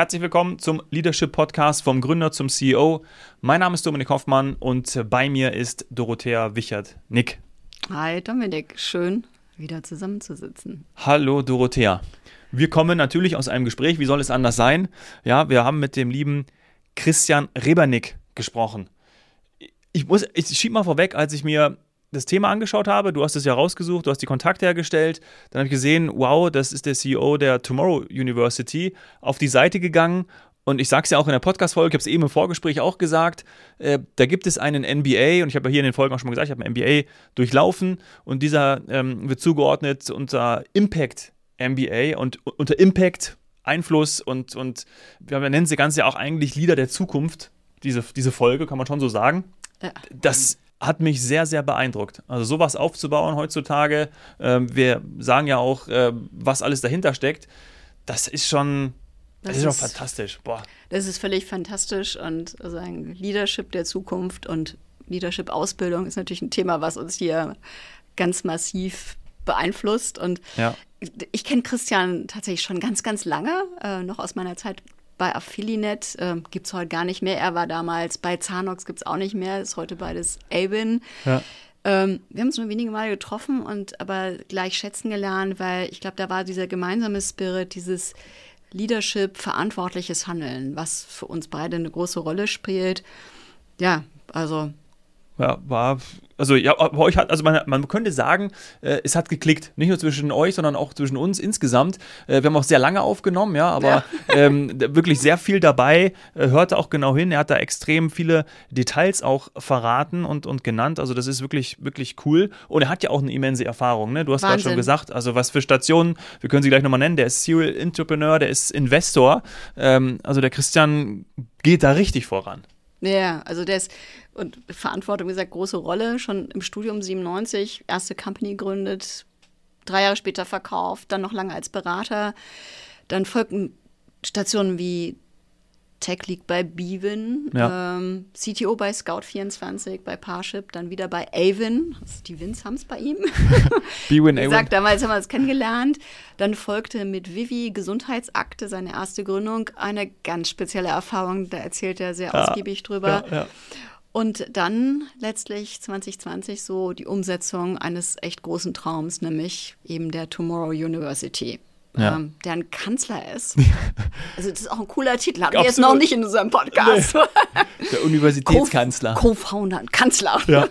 Herzlich willkommen zum Leadership Podcast vom Gründer zum CEO. Mein Name ist Dominik Hoffmann und bei mir ist Dorothea Wichert-Nick. Hi Dominik, schön wieder zusammenzusitzen. Hallo Dorothea. Wir kommen natürlich aus einem Gespräch, wie soll es anders sein? Ja, wir haben mit dem lieben Christian Rebernik gesprochen. Ich schiebe mal vorweg, als ich mir das Thema angeschaut habe, du hast es ja rausgesucht, du hast die Kontakte hergestellt, dann habe ich gesehen, wow, das ist der CEO der Tomorrow University, auf die Seite gegangen und ich sage es ja auch in der Podcast-Folge, ich habe es eben im Vorgespräch auch gesagt, da gibt es einen MBA und ich habe ja hier in den Folgen auch schon mal gesagt, ich habe einen MBA durchlaufen und dieser wird zugeordnet unter Impact MBA und unter Impact, Einfluss und wir nennen sie ganz ja auch eigentlich Leader der Zukunft, diese Folge, kann man schon so sagen. Ja. Das hat mich sehr, sehr beeindruckt. Also sowas aufzubauen heutzutage, wir sagen ja auch, was alles dahinter steckt, das ist schon fantastisch. Boah. Das ist völlig fantastisch und sagen Leadership der Zukunft und Leadership-Ausbildung ist natürlich ein Thema, was uns hier ganz massiv beeinflusst und ich kenne Christian tatsächlich schon ganz, ganz lange, noch aus meiner Zeit bei Affilinet, gibt es heute gar nicht mehr. Er war damals bei Zanox, gibt es auch nicht mehr, ist heute beides Avin. Ja. Wir haben uns nur wenige Male getroffen und aber gleich schätzen gelernt, weil ich glaube, da war dieser gemeinsame Spirit, dieses Leadership, verantwortliches Handeln, was für uns beide eine große Rolle spielt. Ja, also ja, bei euch hat, also man könnte sagen, es hat geklickt. Nicht nur zwischen euch, sondern auch zwischen uns insgesamt. Wir haben auch sehr lange aufgenommen, aber wirklich sehr viel dabei. Hörte auch genau hin. Er hat da extrem viele Details auch verraten und genannt. Also das ist wirklich, wirklich cool. Und er hat ja auch eine immense Erfahrung. Ne? Du hast gerade schon gesagt, also was für Stationen, wir können sie gleich nochmal nennen. Der ist Serial Entrepreneur, der ist Investor. Also der Christian geht da richtig voran. Ja, also der ist, und Verantwortung, wie gesagt, große Rolle, schon im Studium 97, erste Company gegründet, 3 Jahre später verkauft, dann noch lange als Berater. Dann folgten Stationen wie Tech League bei Bwin, CTO bei Scout24, bei Parship, dann wieder bei Avin, also die Wins haben es bei ihm. Bwin, Wie gesagt, damals haben wir es kennengelernt. Dann folgte mit Vivi Gesundheitsakte, seine erste Gründung, eine ganz spezielle Erfahrung, da erzählt er sehr ausgiebig drüber. Ja. Und dann letztlich 2020 so die Umsetzung eines echt großen Traums, nämlich eben der Tomorrow University. Der ein Kanzler ist. Also das ist auch ein cooler Titel, haben wir jetzt noch nicht in unserem Podcast. Nee. Der Universitätskanzler. Co-Founder und Kanzler. Ja.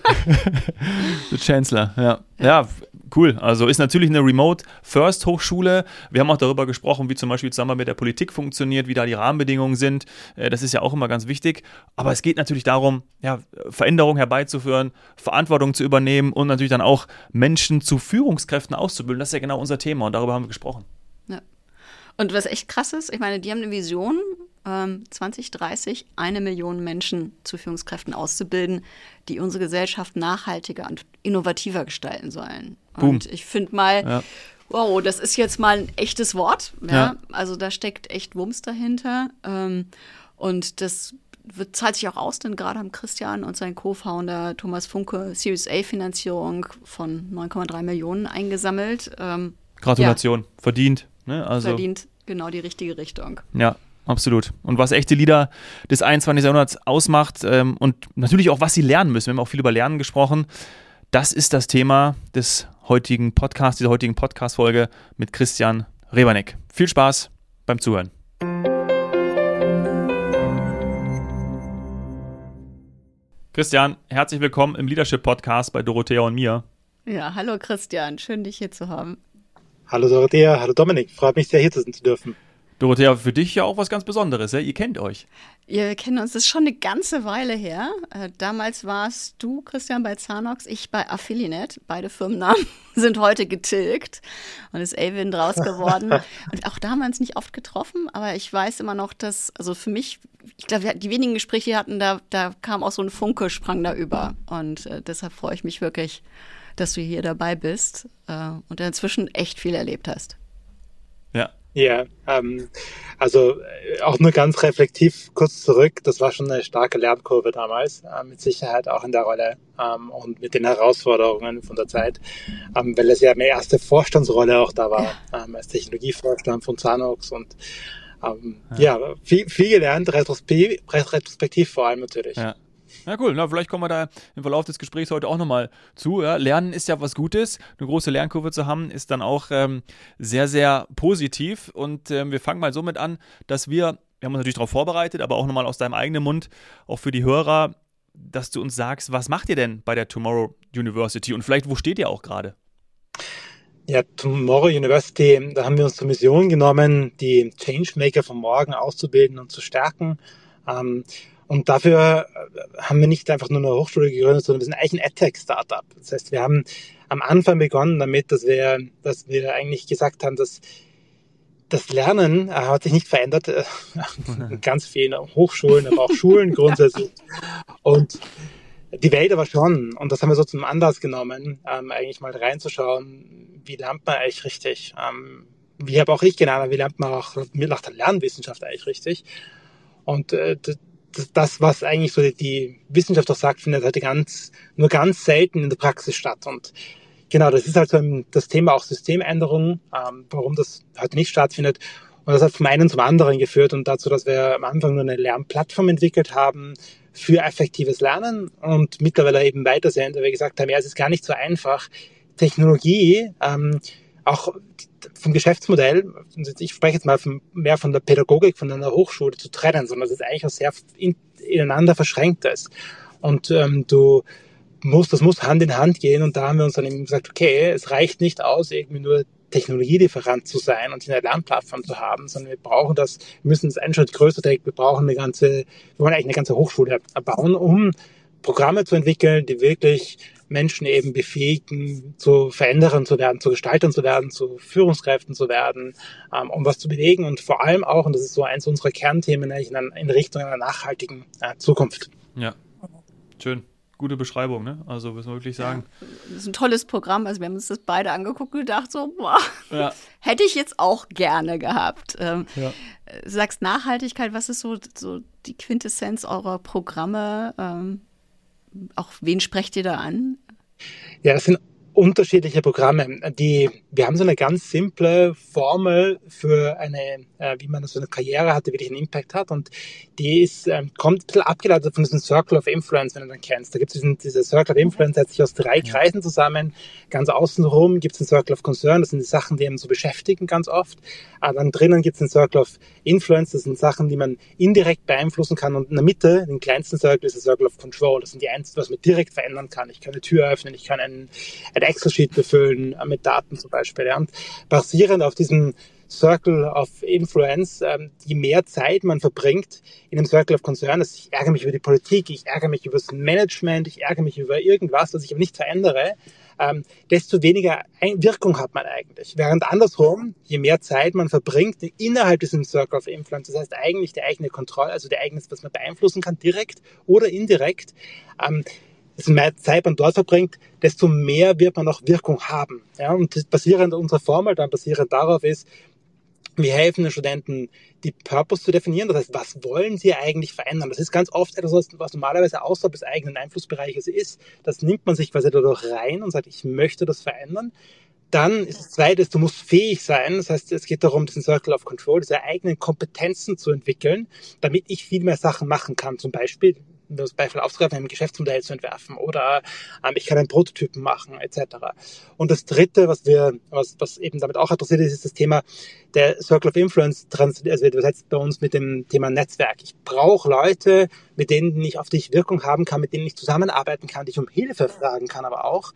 Der Chancellor, ja, cool. Also ist natürlich eine Remote-First-Hochschule. Wir haben auch darüber gesprochen, wie zum Beispiel zusammen mit der Politik funktioniert, wie da die Rahmenbedingungen sind. Das ist ja auch immer ganz wichtig. Aber es geht natürlich darum, Veränderungen herbeizuführen, Verantwortung zu übernehmen und natürlich dann auch Menschen zu Führungskräften auszubilden. Das ist ja genau unser Thema und darüber haben wir gesprochen. Ja. Und was echt krass ist, ich meine, die haben eine Vision, 2030 1 Million Menschen zu Führungskräften auszubilden, die unsere Gesellschaft nachhaltiger und innovativer gestalten sollen. Boom. Und ich finde mal, wow, das ist jetzt mal ein echtes Wort. Ja? Also da steckt echt Wumms dahinter. Und das zahlt sich auch aus, denn gerade haben Christian und sein Co-Founder Thomas Funke Series A-Finanzierung von 9,3 Millionen eingesammelt. Gratulation, verdient. Ne? Also verdient genau die richtige Richtung. Ja, absolut. Und was echte Leader des 21. Jahrhunderts ausmacht und natürlich auch, was sie lernen müssen, wir haben auch viel über Lernen gesprochen, das ist das Thema des heutigen Podcasts, dieser heutigen Podcast-Folge mit Christian Rebernik. Viel Spaß beim Zuhören. Christian, herzlich willkommen im Leadership-Podcast bei Dorothea und mir. Ja, hallo Christian, schön dich hier zu haben. Hallo Dorothea, hallo Dominik, freut mich sehr, hier zu sein zu dürfen. Dorothea, für dich ja auch was ganz Besonderes, ja? Ihr kennt euch. Wir kennen uns, das ist schon eine ganze Weile her. Damals warst du, Christian, bei Zanox, ich bei Affilinet. Beide Firmennamen sind heute getilgt und ist Avin draus geworden. Und auch da haben wir uns nicht oft getroffen, aber ich weiß immer noch, dass, also für mich, ich glaube, die wenigen Gespräche, die wir hatten, da kam auch so ein Funke, sprang da über. Und deshalb freue ich mich wirklich, dass du hier dabei bist und inzwischen echt viel erlebt hast. Ja. Ja, also auch nur ganz reflektiv kurz zurück, das war schon eine starke Lernkurve damals, mit Sicherheit auch in der Rolle und mit den Herausforderungen von der Zeit, weil es ja meine erste Vorstandsrolle auch da war, als Technologievorstand von Zanox und viel gelernt, retrospektiv vor allem natürlich. Ja. Ja, cool. Na, vielleicht kommen wir da im Verlauf des Gesprächs heute auch nochmal zu. Ja. Lernen ist ja was Gutes. Eine große Lernkurve zu haben, ist dann auch sehr, sehr positiv. Und wir fangen mal somit an, dass wir haben uns natürlich darauf vorbereitet, aber auch nochmal aus deinem eigenen Mund, auch für die Hörer, dass du uns sagst, was macht ihr denn bei der Tomorrow University und vielleicht, wo steht ihr auch gerade? Ja, Tomorrow University, da haben wir uns zur Mission genommen, die Changemaker von morgen auszubilden und zu stärken. Und dafür haben wir nicht einfach nur eine Hochschule gegründet, sondern wir sind eigentlich ein EdTech-Startup. Das heißt, wir haben am Anfang begonnen damit, dass wir eigentlich gesagt haben, dass das Lernen hat sich nicht verändert, in ganz vielen Hochschulen, aber auch Schulen grundsätzlich. Und die Welt aber schon. Und das haben wir so zum Anlass genommen, eigentlich mal reinzuschauen, wie lernt man eigentlich richtig. Wie habe auch ich gelernt, wie lernt man auch nach der Lernwissenschaft eigentlich richtig. Und das, was eigentlich so die Wissenschaft auch sagt, findet heute nur ganz selten in der Praxis statt. Und genau, das ist halt so das Thema auch Systemänderung, warum das heute nicht stattfindet. Und das hat vom einen zum anderen geführt und dazu, dass wir am Anfang nur eine Lernplattform entwickelt haben für effektives Lernen und mittlerweile eben weiter sind, weil wir gesagt haben, ja, es ist gar nicht so einfach, Technologie, auch vom Geschäftsmodell, ich spreche jetzt mal mehr von der Pädagogik von einer Hochschule zu trennen, sondern es ist eigentlich auch sehr ineinander verschränkt ist. Und das muss Hand in Hand gehen und da haben wir uns dann eben gesagt, okay, es reicht nicht aus, irgendwie nur Technologielieferant zu sein und eine Lernplattform zu haben, sondern wir müssen es einen Schritt größer denken, wir wollen eigentlich eine ganze Hochschule bauen, um Programme zu entwickeln, die wirklich Menschen eben befähigen, zu verändern zu werden, zu gestaltern zu werden, zu Führungskräften zu werden, um was zu bewegen und vor allem auch, und das ist so eins unserer Kernthemen, in Richtung einer nachhaltigen Zukunft. Ja, schön. Gute Beschreibung, ne? Also müssen wir wirklich sagen. Ja, das ist ein tolles Programm. Also wir haben uns das beide angeguckt und gedacht so, boah, ja. Hätte ich jetzt auch gerne gehabt. Du sagst Nachhaltigkeit, was ist so die Quintessenz eurer Programme? Auch wen sprecht ihr da an? Ja, das sind unterschiedliche Programme. Wir haben so eine ganz simple Formel für wie man so eine Karriere hat, die wirklich einen Impact hat. Und die kommt ein bisschen abgeleitet von diesem Circle of Influence, wenn du den kennst. Da gibt es diese Circle of Influence, setzt sich aus 3 Kreisen zusammen. Ganz außenrum gibt es den Circle of Concern, das sind die Sachen, die einen so beschäftigen ganz oft. Dann drinnen gibt es den Circle of Influence, das sind Sachen, die man indirekt beeinflussen kann. Und in der Mitte, den kleinsten Circle, ist der Circle of Control. Das sind die Einzelnen, was man direkt verändern kann. Ich kann eine Tür öffnen, ich kann ein Excel-Sheet befüllen mit Daten zum Beispiel. Ja. Und basierend auf diesem Circle of Influence, je mehr Zeit man verbringt in dem Circle of Concern, ich ärgere mich über die Politik, ich ärgere mich über das Management, ich ärgere mich über irgendwas, was ich aber nicht verändere, desto weniger Wirkung hat man eigentlich. Während andersrum, je mehr Zeit man verbringt innerhalb diesem Circle of Influence, das heißt eigentlich die eigene Kontrolle, also der eigenes, was man beeinflussen kann, direkt oder indirekt, desto mehr Zeit man dort verbringt, desto mehr wird man auch Wirkung haben. Ja, und das basierend unserer Formel, dann basierend darauf ist, wir helfen den Studenten, die Purpose zu definieren. Das heißt, was wollen sie eigentlich verändern? Das ist ganz oft etwas, was normalerweise außerhalb des eigenen Einflussbereiches ist. Das nimmt man sich quasi dadurch rein und sagt, ich möchte das verändern. Dann ist das Zweite, du musst fähig sein. Das heißt, es geht darum, diesen Circle of Control, diese eigenen Kompetenzen zu entwickeln, damit ich viel mehr Sachen machen kann. Zum Beispiel, das Beispiel aufzugreifen, ein Geschäftsmodell zu entwerfen oder ich kann einen Prototypen machen, etc. Und das Dritte, was eben damit auch adressiert ist das Thema der Circle of Influence, also wird übersetzt bei uns mit dem Thema Netzwerk. Ich brauche Leute, auf die ich Wirkung haben kann, mit denen ich zusammenarbeiten kann, die ich um Hilfe fragen kann, aber auch,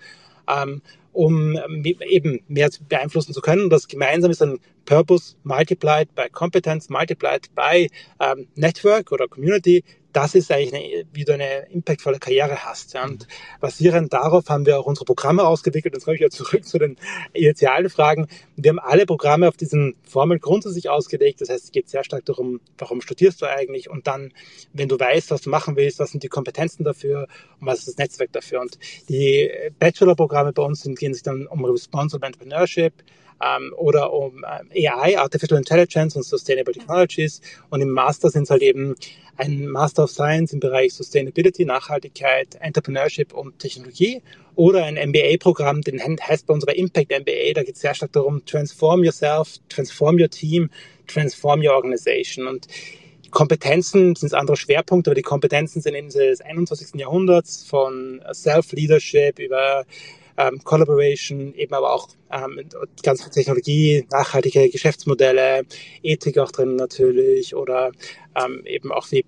um eben mehr beeinflussen zu können. Und das gemeinsam ist dann Purpose multiplied by Competence multiplied by Network oder Community. Das ist eigentlich wie du eine impactvolle Karriere hast. Ja. Und basierend darauf haben wir auch unsere Programme ausgewickelt. Jetzt komme ich ja zurück zu den initialen Fragen. Wir haben alle Programme auf diesen Formeln grundsätzlich ausgelegt. Das heißt, es geht sehr stark darum, warum studierst du eigentlich? Und dann, wenn du weißt, was du machen willst, was sind die Kompetenzen dafür und was ist das Netzwerk dafür? Und die Bachelor-Programme bei uns gehen sich dann um Responsible Entrepreneurship, oder um AI, Artificial Intelligence und Sustainable Technologies. Und im Master sind es halt eben ein Master Master of Science im Bereich Sustainability, Nachhaltigkeit, Entrepreneurship und Technologie oder ein MBA-Programm, den heißt bei uns aber Impact MBA. Da geht es sehr stark darum, transform yourself, transform your team, transform your organization. Und Kompetenzen sind andere Schwerpunkte, aber die Kompetenzen sind eben des 21. Jahrhunderts, von Self-Leadership über Collaboration, eben aber auch ganz viel Technologie, nachhaltige Geschäftsmodelle, Ethik auch drin natürlich oder eben auch wie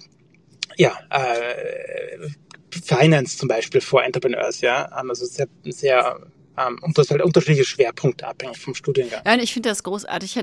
Finance zum Beispiel for Entrepreneurs, ja, also sehr und das halt unterschiedliche Schwerpunkte abhängig vom Studiengang. Ja, und ich finde das großartig.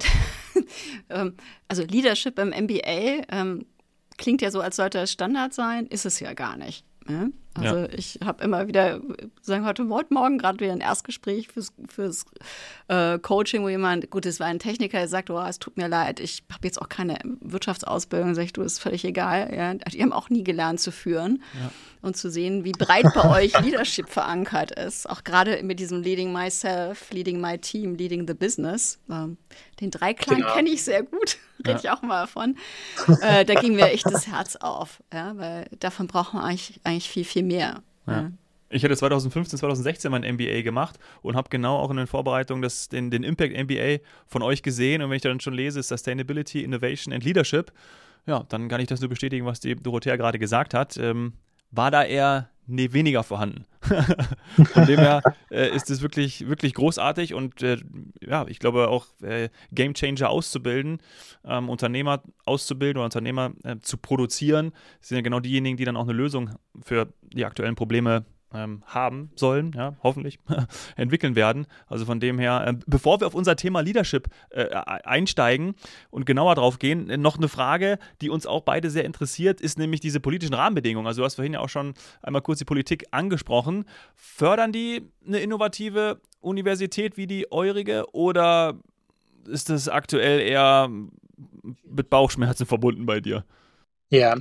Also Leadership im MBA klingt ja so, als sollte es Standard sein, ist es ja gar nicht. Ja? Also ich habe immer wieder, heute Morgen gerade wieder ein Erstgespräch fürs Coaching, wo jemand, gut, es war ein Techniker, der sagt, es tut mir leid, ich habe jetzt auch keine Wirtschaftsausbildung, sag ich, ist völlig egal. Ja? Die haben auch nie gelernt zu führen und zu sehen, wie breit bei euch Leadership verankert ist. Auch gerade mit diesem Leading Myself, Leading My Team, Leading the Business. Den Dreiklang kenne ich sehr gut, rede ich auch mal davon. Da ging mir echt das Herz auf, ja? Weil davon braucht man eigentlich viel, viel mehr. Ja. Ich hatte 2015, 2016 mein MBA gemacht und habe genau auch in den Vorbereitungen den Impact MBA von euch gesehen. Und wenn ich dann schon lese, Sustainability, Innovation and Leadership, ja, dann kann ich das nur bestätigen, was die Dorothea gerade gesagt hat. War da eher weniger vorhanden. Von dem her ist es wirklich, wirklich großartig und ich glaube auch Game Changer auszubilden, Unternehmer auszubilden oder Unternehmer zu produzieren, sind ja genau diejenigen, die dann auch eine Lösung für die aktuellen Probleme haben sollen, ja, hoffentlich entwickeln werden. Also von dem her, bevor wir auf unser Thema Leadership einsteigen und genauer drauf gehen, noch eine Frage, die uns auch beide sehr interessiert, ist nämlich diese politischen Rahmenbedingungen. Also du hast vorhin ja auch schon einmal kurz die Politik angesprochen. Fördern die eine innovative Universität wie die eurige oder ist das aktuell eher mit Bauchschmerzen verbunden bei dir? Ja,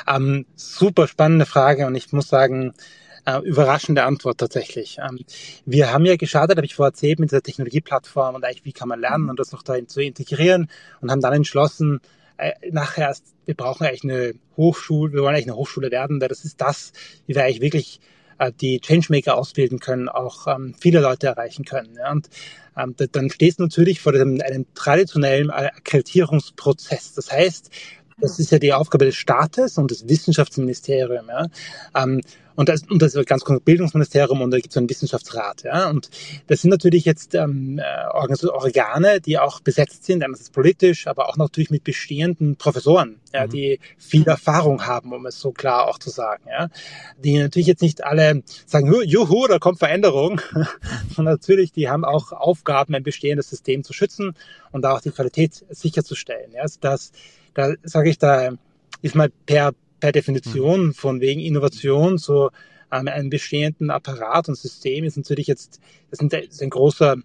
super spannende Frage und ich muss sagen, überraschende Antwort tatsächlich. Wir haben ja gestartet, habe ich vorher erzählt, mit dieser Technologieplattform und eigentlich, wie kann man lernen und das noch da zu integrieren und haben dann entschlossen, nachher erst, wir brauchen eigentlich eine Hochschule, wir wollen eigentlich eine Hochschule werden, weil das ist das, wie wir eigentlich wirklich die Changemaker ausbilden können, auch viele Leute erreichen können. Ja? Und dann stehst du natürlich vor einem traditionellen Akkreditierungsprozess. Das heißt, das ist ja die Aufgabe des Staates und des Wissenschaftsministeriums. Ja? Und das ist ganz konkret Bildungsministerium und da gibt es einen Wissenschaftsrat. Ja? Und das sind natürlich jetzt Organe, die auch besetzt sind, einerseits politisch, aber auch natürlich mit bestehenden Professoren, ja, die viel Erfahrung haben, um es so klar auch zu sagen. Ja? Die natürlich jetzt nicht alle sagen, juhu, da kommt Veränderung, sondern natürlich, die haben auch Aufgaben, ein bestehendes System zu schützen und da auch die Qualität sicherzustellen. Ja? Also da sage ich, da ist mal per Definition von wegen Innovation so einen bestehenden Apparat und System ist natürlich jetzt, das ist ein großer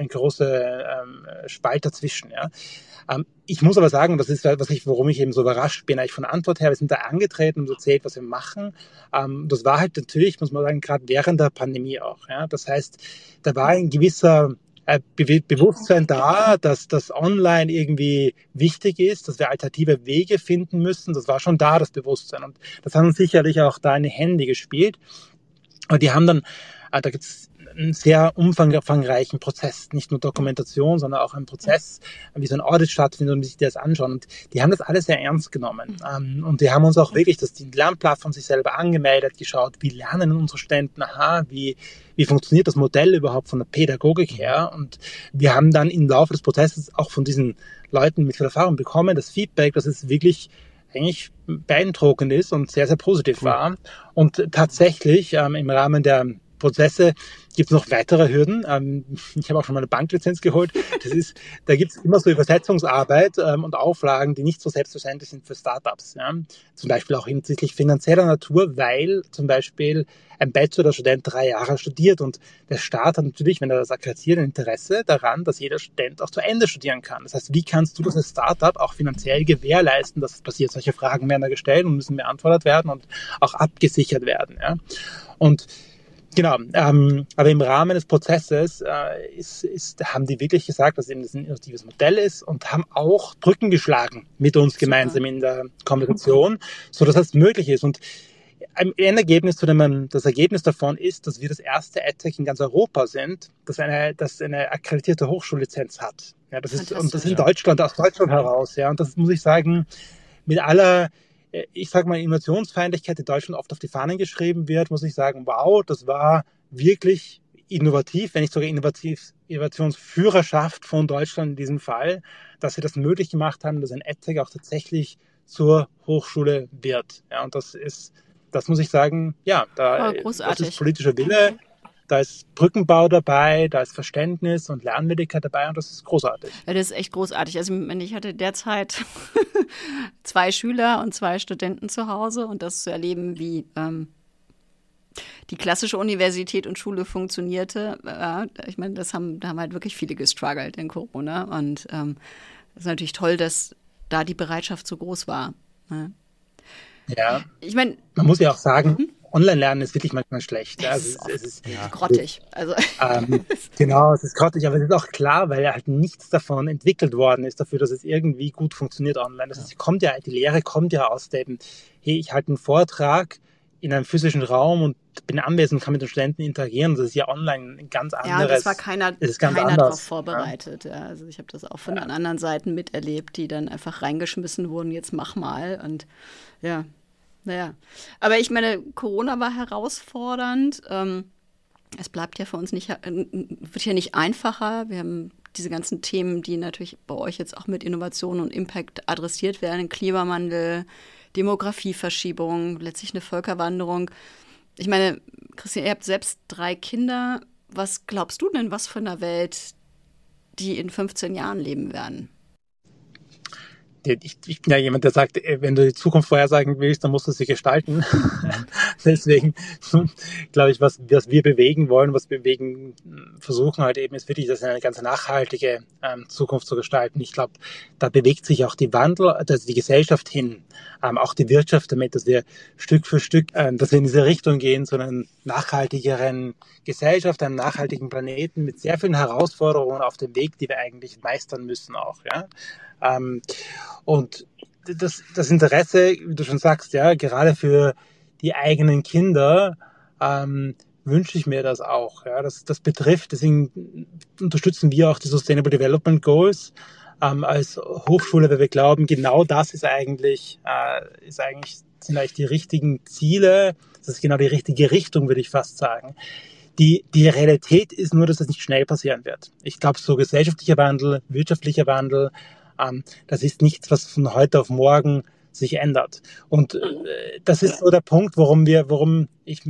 Spalt dazwischen. Ja. Ich muss aber sagen, das ist, worum ich eben so überrascht bin, eigentlich von der Antwort her, wir sind da angetreten und so erzählt, was wir machen. Das war halt natürlich, muss man sagen, gerade während der Pandemie auch. Ja. Das heißt, da war ein gewisser Bewusstsein da, dass das online irgendwie wichtig ist, dass wir alternative Wege finden müssen. Das war schon da, das Bewusstsein. Und das hat uns sicherlich auch da in die Hände gespielt. Aber die haben dann, da gibt es einen sehr umfangreichen Prozess, nicht nur Dokumentation, sondern auch ein Prozess, wie so ein Audit stattfindet und sich das anschauen. Und die haben das alles sehr ernst genommen. Und die haben uns auch wirklich die Lernplattform sich selber angemeldet, geschaut, wie lernen unsere Studenten, wie funktioniert das Modell überhaupt von der Pädagogik her. Und wir haben dann im Laufe des Prozesses auch von diesen Leuten mit viel Erfahrung bekommen, das Feedback, dass es wirklich eigentlich beeindruckend ist und sehr, sehr positiv war. Und tatsächlich im Rahmen der Prozesse gibt es noch weitere Hürden. Ich habe auch schon mal eine Banklizenz geholt. Da gibt es immer so Übersetzungsarbeit und Auflagen, die nicht so selbstverständlich sind für Startups. Ja. Zum Beispiel auch hinsichtlich finanzieller Natur, weil zum Beispiel ein Bachelorstudent 3 Jahre studiert und der Staat hat natürlich, wenn er das akkreditiert, ein Interesse daran, dass jeder Student auch zu Ende studieren kann. Das heißt, wie kannst du das als Startup auch finanziell gewährleisten, dass es passiert? Solche Fragen werden da gestellt und müssen beantwortet werden und auch abgesichert werden. Ja. Und Genau, aber im Rahmen des Prozesses haben die wirklich gesagt, dass es eben ein innovatives Modell ist und haben auch Brücken geschlagen mit uns gemeinsam in der Kommunikation, so dass das möglich ist. Und ein Ergebnis das Ergebnis davon ist, dass wir das erste EdTech in ganz Europa sind, das eine akkreditierte Hochschullizenz hat. Ja, das ist in Deutschland, aus Deutschland heraus. Ja, und das muss ich sagen, mit aller, ich sage mal, Innovationsfeindlichkeit, die Deutschland oft auf die Fahnen geschrieben wird, muss ich sagen, wow, das war wirklich innovativ, wenn nicht sogar Innovationsführerschaft von Deutschland in diesem Fall, dass sie das möglich gemacht haben, dass ein EdTech auch tatsächlich zur Hochschule wird. Ja, und das muss ich sagen, ja, das ist politischer Wille, da ist Brückenbau dabei, da ist Verständnis und Lernwilligkeit dabei und das ist großartig. Ja, das ist echt großartig. Also ich hatte derzeit 2 Schüler und 2 Studenten zu Hause und das zu erleben, wie die klassische Universität und Schule funktionierte. Ich meine, da haben halt wirklich viele gestruggelt in Corona und es ist natürlich toll, dass da die Bereitschaft so groß war. Ne? Ja, ich meine, man muss ja auch sagen, Online-Lernen ist wirklich manchmal schlecht. Es ist grottig. Genau, es ist grottig, aber es ist auch klar, weil halt nichts davon entwickelt worden ist dafür, dass es irgendwie gut funktioniert online. Die Lehre kommt ja aus dem, hey, ich halte einen Vortrag in einem physischen Raum und bin anwesend und kann mit den Studenten interagieren. Das ist ja online ein ganz anderes. Ja, das war keiner darauf vorbereitet. Ja. Also ich habe das auch von den anderen Seiten miterlebt, die dann einfach reingeschmissen wurden, jetzt mach mal. Und ja, naja. Aber ich meine, Corona war herausfordernd. Es bleibt ja für uns wird ja nicht einfacher. Wir haben diese ganzen Themen, die natürlich bei euch jetzt auch mit Innovation und Impact adressiert werden, Klimawandel, Demografieverschiebung, letztlich eine Völkerwanderung. Ich meine, Christian, ihr habt selbst 3 Kinder. Was glaubst du denn, was für eine Welt die in 15 Jahren leben werden? Ich bin ja jemand, der sagt, wenn du die Zukunft vorhersagen willst, dann musst du sie gestalten. Deswegen glaube ich, was wir bewegen wollen, versuchen halt eben, ist wirklich, das eine ganz nachhaltige Zukunft zu gestalten. Ich glaube, da bewegt sich auch die Gesellschaft hin, auch die Wirtschaft damit, dass wir Stück für Stück, dass wir in diese Richtung gehen, zu einer nachhaltigeren Gesellschaft, einem nachhaltigen Planeten mit sehr vielen Herausforderungen auf dem Weg, die wir eigentlich meistern müssen auch, ja. Und das Interesse, wie du schon sagst, ja, gerade für die eigenen Kinder, wünsche ich mir das auch. Ja, das betrifft, deswegen unterstützen wir auch die Sustainable Development Goals als Hochschule, weil wir glauben, genau das sind eigentlich die richtigen Ziele. Das ist genau die richtige Richtung, würde ich fast sagen. Die Realität ist nur, dass das nicht schnell passieren wird. Ich glaube, so gesellschaftlicher Wandel, wirtschaftlicher Wandel, das ist nichts, was von heute auf morgen sich ändert. Und das ist so der Punkt, ich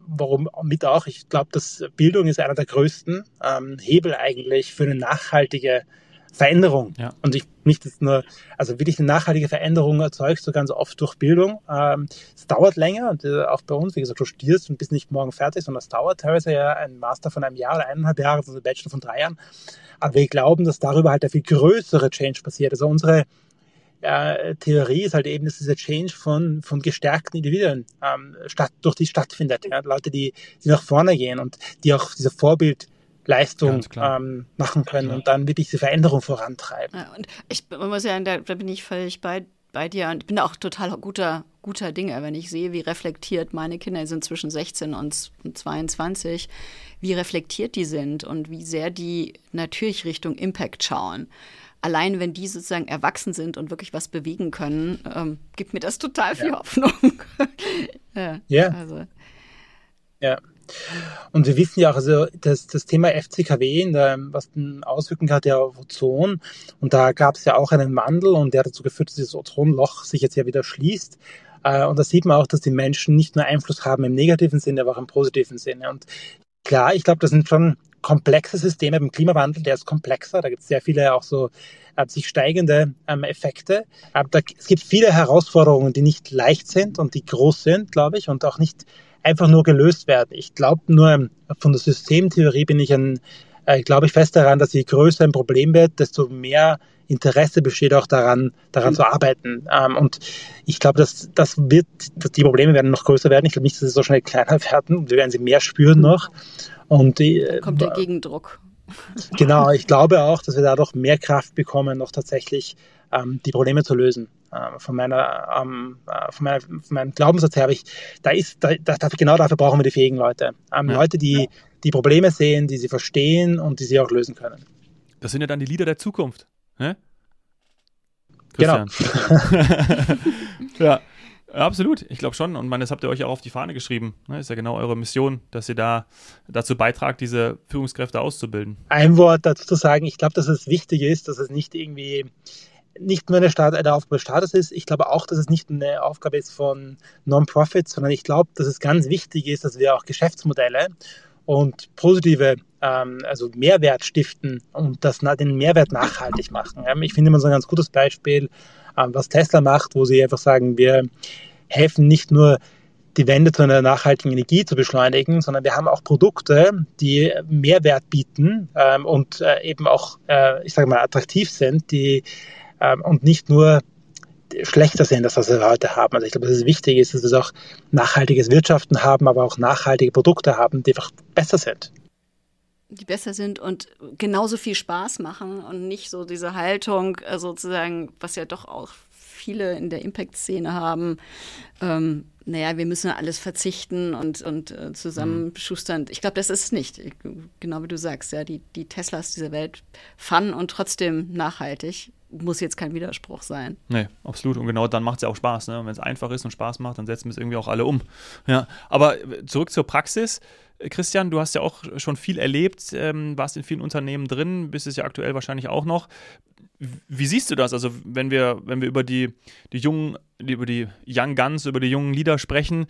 glaube, dass Bildung ist einer der größten Hebel eigentlich für eine nachhaltige Veränderung. Ja. Und wirklich eine nachhaltige Veränderung erzeugst du ganz oft durch Bildung. Es dauert länger und auch bei uns, wie gesagt, du studierst und bist nicht morgen fertig, sondern es dauert teilweise ja ein Master von einem Jahr oder 1,5 Jahre, also ein Bachelor von 3 Jahren. Aber wir glauben, dass darüber halt der viel größere Change passiert. Also unsere Theorie ist halt eben, dass dieser Change von gestärkten Individuen durch die stattfindet. Ja? Leute, die nach vorne gehen und die auch diese Vorbildleistung machen können und dann wirklich diese Veränderung vorantreiben. Ja, und man muss ja, da bin ich völlig bei dir und ich bin auch total guter Dinge, wenn ich sehe, wie reflektiert meine Kinder sind zwischen 16 und 22, wie reflektiert die sind und wie sehr die natürlich Richtung Impact schauen. Allein wenn die sozusagen erwachsen sind und wirklich was bewegen können, gibt mir das total viel Hoffnung. Ja. Und wir wissen ja auch, also das Thema FCKW, was eine Auswirkung hat ja auf Ozon, und da gab es ja auch einen Wandel und der hat dazu geführt, dass dieses Ozonloch sich jetzt ja wieder schließt. Und da sieht man auch, dass die Menschen nicht nur Einfluss haben im negativen Sinne, aber auch im positiven Sinne. Und klar, ich glaube, das sind schon komplexe Systeme beim Klimawandel, der ist komplexer, da gibt es sehr viele auch so sich steigende Effekte. Es gibt viele Herausforderungen, die nicht leicht sind und die groß sind, glaube ich, und auch nicht einfach nur gelöst werden. Ich glaube nur, von der Systemtheorie bin ich ein glaube ich fest daran, dass je größer ein Problem wird, desto mehr Interesse besteht auch daran zu arbeiten. Und ich glaube, dass die Probleme werden noch größer werden. Ich glaube nicht, dass sie so schnell kleiner werden. Und wir werden sie mehr spüren noch. Und da kommt der Gegendruck. Genau, ich glaube auch, dass wir dadurch mehr Kraft bekommen, noch tatsächlich die Probleme zu lösen. Von meinem Glaubenssatz her genau dafür brauchen wir die fähigen Leute. Leute, die Probleme sehen, die sie verstehen und die sie auch lösen können. Das sind ja dann die Leader der Zukunft. Ne? Genau. Ja, absolut. Ich glaube schon. Und das habt ihr euch auch auf die Fahne geschrieben. Das ist ja genau eure Mission, dass ihr da dazu beitragt, diese Führungskräfte auszubilden. Ein Wort dazu zu sagen, ich glaube, dass es wichtig ist, dass es nicht nur eine Aufgabe des Staates ist. Ich glaube auch, dass es nicht eine Aufgabe ist von Non-Profits, sondern ich glaube, dass es ganz wichtig ist, dass wir auch Geschäftsmodelle und positive Mehrwert stiften und den Mehrwert nachhaltig machen. Ich finde immer so ein ganz gutes Beispiel, was Tesla macht, wo sie einfach sagen, wir helfen nicht nur die Wende zu einer nachhaltigen Energie zu beschleunigen, sondern wir haben auch Produkte, die Mehrwert bieten und eben auch, attraktiv sind, die und nicht nur schlechter sind, als was wir heute haben. Also ich glaube, dass es wichtig ist, dass wir auch nachhaltiges Wirtschaften haben, aber auch nachhaltige Produkte haben, die einfach besser sind. Die besser sind und genauso viel Spaß machen und nicht so diese Haltung sozusagen, was ja doch auch viele in der Impact-Szene haben, wir müssen alles verzichten und zusammenschustern. Ich glaube, das ist es nicht. Genau wie du sagst, ja, die Teslas dieser Welt fun und trotzdem nachhaltig. Muss jetzt kein Widerspruch sein. Nee, absolut. Und genau dann macht es ja auch Spaß. Ne? Wenn es einfach ist und Spaß macht, dann setzen wir es irgendwie auch alle um. Ja, aber zurück zur Praxis. Christian, du hast ja auch schon viel erlebt, warst in vielen Unternehmen drin, bist es ja aktuell wahrscheinlich auch noch. Wie siehst du das? Also wenn wir über die Young Guns, über die jungen Leader sprechen,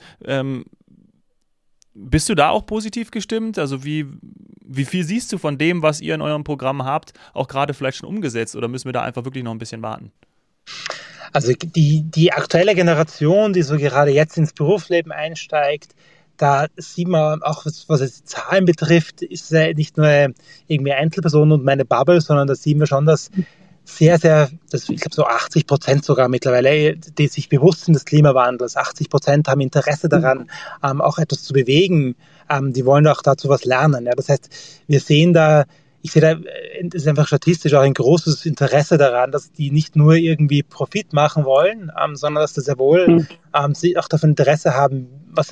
bist du da auch positiv gestimmt? Also wie viel siehst du von dem, was ihr in eurem Programm habt, auch gerade vielleicht schon umgesetzt? Oder müssen wir da einfach wirklich noch ein bisschen warten? Also die aktuelle Generation, die so gerade jetzt ins Berufsleben einsteigt, da sieht man auch, was es Zahlen betrifft, ist nicht nur irgendwie Einzelpersonen und meine Bubble, sondern da sehen wir schon, dass ich glaube so 80% sogar mittlerweile, die sich bewusst sind des Klimawandels, 80% haben Interesse daran, auch etwas zu bewegen, die wollen auch dazu was lernen. Ja. Das heißt, ich sehe da, es ist einfach statistisch auch ein großes Interesse daran, dass die nicht nur irgendwie Profit machen wollen, sondern dass sie sehr wohl sie auch davon Interesse haben,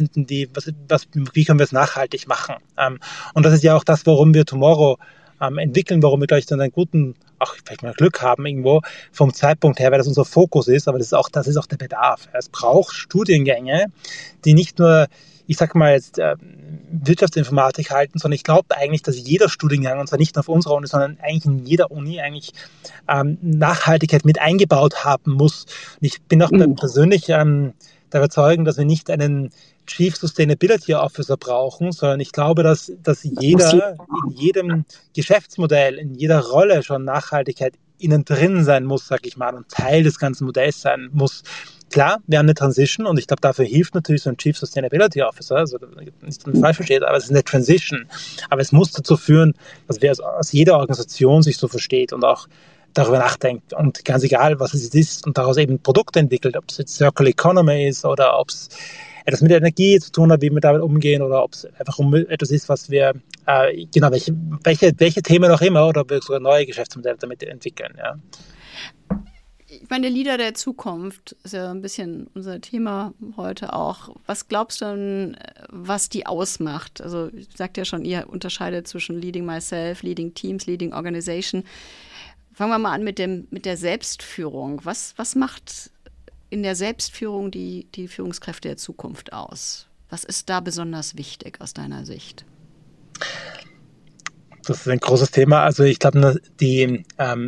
wie können wir es nachhaltig machen. Und das ist ja auch das, warum wir Tomorrow entwickeln, warum wir gleich dann einen guten, auch vielleicht mal Glück haben irgendwo vom Zeitpunkt her, weil das unser Fokus ist, aber das ist auch der Bedarf. Es braucht Studiengänge, die nicht nur, ich sag mal jetzt Wirtschaftsinformatik halten, sondern ich glaube eigentlich, dass jeder Studiengang, und zwar nicht nur auf unserer Uni, sondern eigentlich in jeder Uni Nachhaltigkeit mit eingebaut haben muss. Und ich bin auch persönlich der Überzeugung, dass wir nicht einen Chief Sustainability Officer brauchen, sondern ich glaube, dass jeder in jedem Geschäftsmodell, in jeder Rolle schon Nachhaltigkeit innen drin sein muss, sag ich mal, und Teil des ganzen Modells sein muss. Klar, wir haben eine Transition und ich glaube, dafür hilft natürlich so ein Chief Sustainability Officer, also nicht falsch versteht, aber es ist eine Transition. Aber es muss dazu führen, dass wir aus jeder Organisation sich so versteht und auch darüber nachdenkt und ganz egal, was es ist und daraus eben Produkte entwickelt, ob es jetzt Circular Economy ist oder ob es etwas mit der Energie zu tun hat, wie wir damit umgehen oder ob es einfach etwas ist, was wir, welche Themen auch immer oder ob wir sogar neue Geschäftsmodelle damit entwickeln. Ja. Ich meine, der Leader der Zukunft ist ja ein bisschen unser Thema heute auch. Was glaubst du denn, was die ausmacht? Also ich sagte ja schon, ihr unterscheidet zwischen Leading Myself, Leading Teams, Leading Organization. Fangen wir mal an mit der Selbstführung. Was macht in der Selbstführung die Führungskräfte der Zukunft aus? Was ist da besonders wichtig aus deiner Sicht? Das ist ein großes Thema. Also ich glaube, die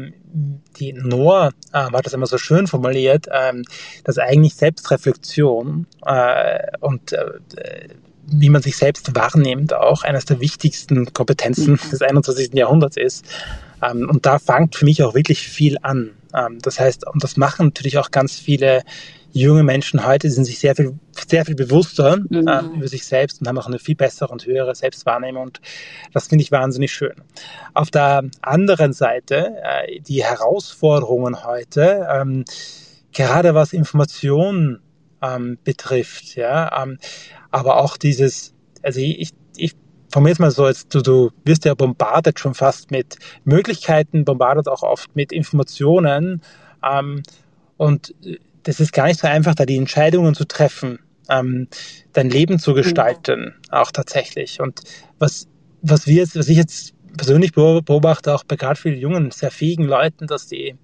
Noah hat das immer so schön formuliert, dass eigentlich Selbstreflexion und wie man sich selbst wahrnimmt, auch eines der wichtigsten Kompetenzen des 21. Jahrhunderts ist. Und da fängt für mich auch wirklich viel an. Das heißt, und das machen natürlich auch ganz viele junge Menschen heute sind sich sehr viel bewusster über sich selbst und haben auch eine viel bessere und höhere Selbstwahrnehmung. Und das finde ich wahnsinnig schön. Auf der anderen Seite, die Herausforderungen heute, gerade was Informationen betrifft, ja, aber auch dieses, also ich formuliere es mal so, als du wirst ja bombardet schon fast mit Möglichkeiten, bombardet auch oft mit Informationen, und das ist gar nicht so einfach, da die Entscheidungen zu treffen, dein Leben zu gestalten, auch tatsächlich. Und was ich jetzt persönlich beobachte, auch bei gerade vielen jungen, sehr fähigen Leuten, dass die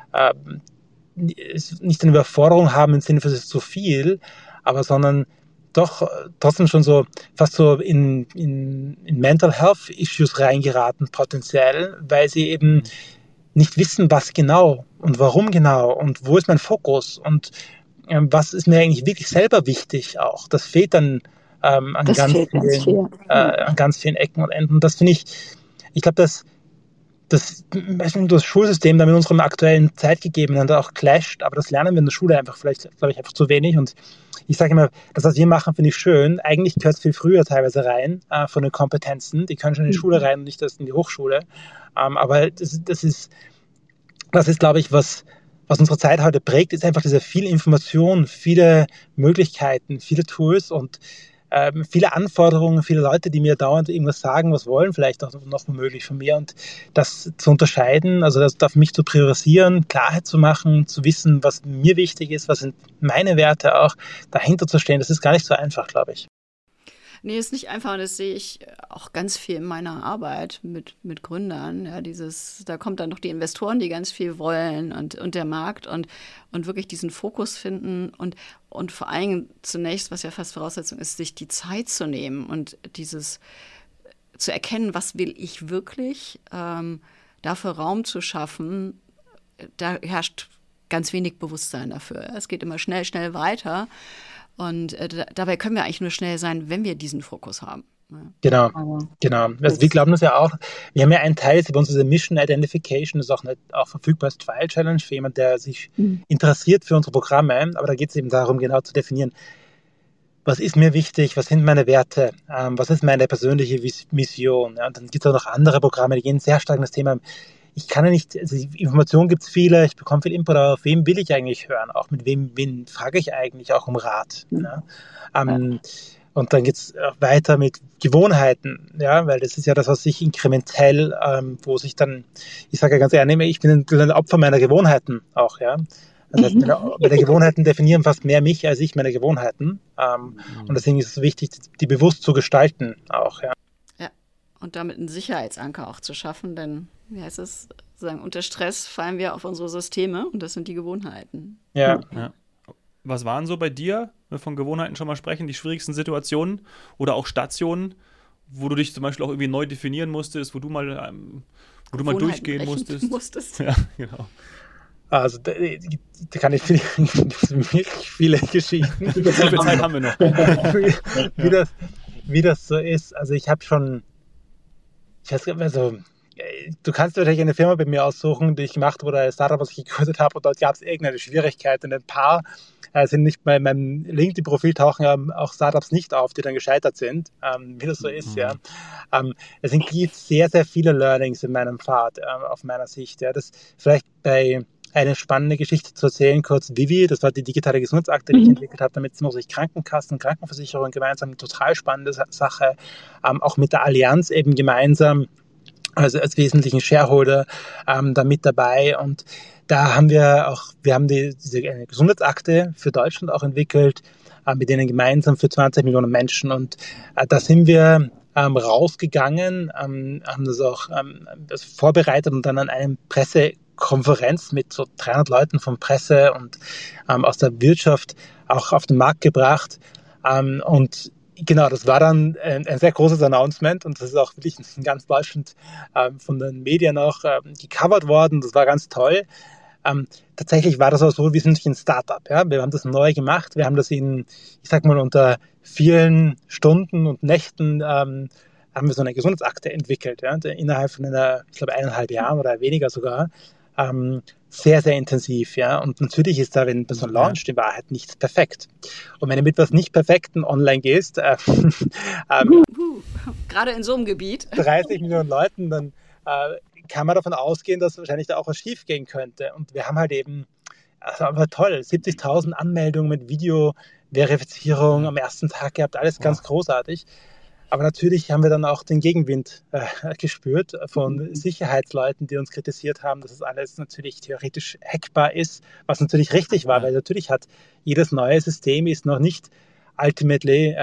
nicht eine Überforderung haben im Sinne von, es ist zu viel, aber sondern doch trotzdem schon so fast so in Mental Health Issues reingeraten potenziell, weil sie eben nicht wissen, was genau und warum genau und wo ist mein Fokus und was ist mir eigentlich wirklich selber wichtig auch. Das fehlt dann an ganz vielen Ecken und Enden. Das finde ich glaube, das Schulsystem da mit unserem aktuellen Zeitgegebenen da auch clasht, aber das lernen wir in der Schule einfach vielleicht, glaube ich, einfach zu wenig. Und ich sage immer, das, was wir machen, finde ich schön. Eigentlich gehört es viel früher teilweise rein von den Kompetenzen. Die können schon in die Schule rein und nicht erst in die Hochschule. Aber das ist, glaube ich, was unsere Zeit heute prägt, ist einfach diese viel Information, viele Möglichkeiten, viele Tools und viele Anforderungen, viele Leute, die mir dauernd irgendwas sagen, was wollen vielleicht auch noch womöglich von mir, und das zu unterscheiden, also das für mich zu priorisieren, Klarheit zu machen, zu wissen, was mir wichtig ist, was sind meine Werte auch, dahinter zu stehen, das ist gar nicht so einfach, glaube ich. Nee, ist nicht einfach, und das sehe ich auch ganz viel in meiner Arbeit mit Gründern. Ja, da kommt dann noch die Investoren, die ganz viel wollen und der Markt und wirklich diesen Fokus finden und vor allem zunächst, was ja fast Voraussetzung ist, sich die Zeit zu nehmen und dieses zu erkennen, was will ich wirklich, dafür Raum zu schaffen, da herrscht ganz wenig Bewusstsein dafür. Es geht immer schnell, schnell weiter. Und dabei können wir eigentlich nur schnell sein, wenn wir diesen Fokus haben. Ja. Genau. Also wir glauben das ja auch. Wir haben ja einen Teil, bei uns diese Mission Identification, das ist auch verfügbar als Trial Challenge für jemanden, der sich interessiert für unsere Programme. Aber da geht es eben darum, genau zu definieren, was ist mir wichtig, was sind meine Werte, was ist meine persönliche Mission. Ja, und dann gibt es auch noch andere Programme, die gehen sehr stark in das Thema. Ich kann ja nicht, also Informationen gibt es viele, ich bekomme viel Input, aber auf wen will ich eigentlich hören? Auch mit wen frage ich eigentlich auch um Rat? Ja? Und dann geht es weiter mit Gewohnheiten, ja, weil das ist ja das, was sich inkrementell, wo sich dann, ich sage ja ganz ehrlich, ich bin ein Opfer meiner Gewohnheiten auch, ja. Das heißt, meine Gewohnheiten definieren fast mehr mich als ich meine Gewohnheiten. Und deswegen ist es wichtig, die bewusst zu gestalten auch, ja. Ja, und damit einen Sicherheitsanker auch zu schaffen, denn wie heißt es, sagen, unter Stress fallen wir auf unsere Systeme und das sind die Gewohnheiten. Ja. Was waren so bei dir, wenn wir von Gewohnheiten schon mal sprechen, die schwierigsten Situationen oder auch Stationen, wo du dich zum Beispiel auch irgendwie neu definieren musstest, wo du mal durchgehen musstest? Ja, genau. Also da kann ich wirklich viele Geschichten. Wie viel Zeit haben wir noch? wie das so ist. Also ich habe schon, du kannst natürlich eine Firma bei mir aussuchen, die ich gemacht habe, oder ein Startup, was ich gegründet habe, und dort gab es irgendeine Schwierigkeit. Und ein paar sind nicht bei meinem LinkedIn-Profil, tauchen auch Startups nicht auf, die dann gescheitert sind, wie das so ist. Ja. Es gibt sehr, sehr viele Learnings in meinem Pfad, auf meiner Sicht. Ja. Das vielleicht bei eine spannende Geschichte zu erzählen, kurz Vivi, das war die digitale Gesundheitsakte, die ich entwickelt habe, damit muss ich Krankenkassen und Krankenversicherung gemeinsam, eine total spannende Sache, auch mit der Allianz eben gemeinsam, also als wesentlichen Shareholder da mit dabei, und da haben wir diese Gesundheitsakte für Deutschland auch entwickelt, mit denen gemeinsam für 20 Millionen Menschen, und da sind wir rausgegangen, haben das auch vorbereitet und dann an einem Pressekonferenz mit so 300 Leuten von Presse und aus der Wirtschaft auch auf den Markt gebracht, und genau, das war dann ein sehr großes Announcement, und das ist auch wirklich in ganz Deutschland von den Medien auch gecovert worden. Das war ganz toll. Tatsächlich war das auch so, wir sind nicht ein Startup. Ja? Wir haben das neu gemacht. Wir haben das unter vielen Stunden und Nächten haben wir so eine Gesundheitsakte entwickelt. Ja? Innerhalb von ich glaube, 1,5 Jahren oder weniger sogar. sehr, sehr intensiv, ja. Und natürlich ist da, wenn bei so einem Launch in Wahrheit nichts perfekt. Und wenn du mit was nicht Perfekten online gehst, gerade in so einem Gebiet, 30 Millionen Leuten, dann kann man davon ausgehen, dass wahrscheinlich da auch was schief gehen könnte. Und wir haben halt eben, also aber toll, 70.000 Anmeldungen mit Videoverifizierung am ersten Tag gehabt, alles ganz großartig. Aber natürlich haben wir dann auch den Gegenwind gespürt von Sicherheitsleuten, die uns kritisiert haben, dass es alles natürlich theoretisch hackbar ist, was natürlich richtig war, weil natürlich hat jedes neue System ist noch nicht ultimately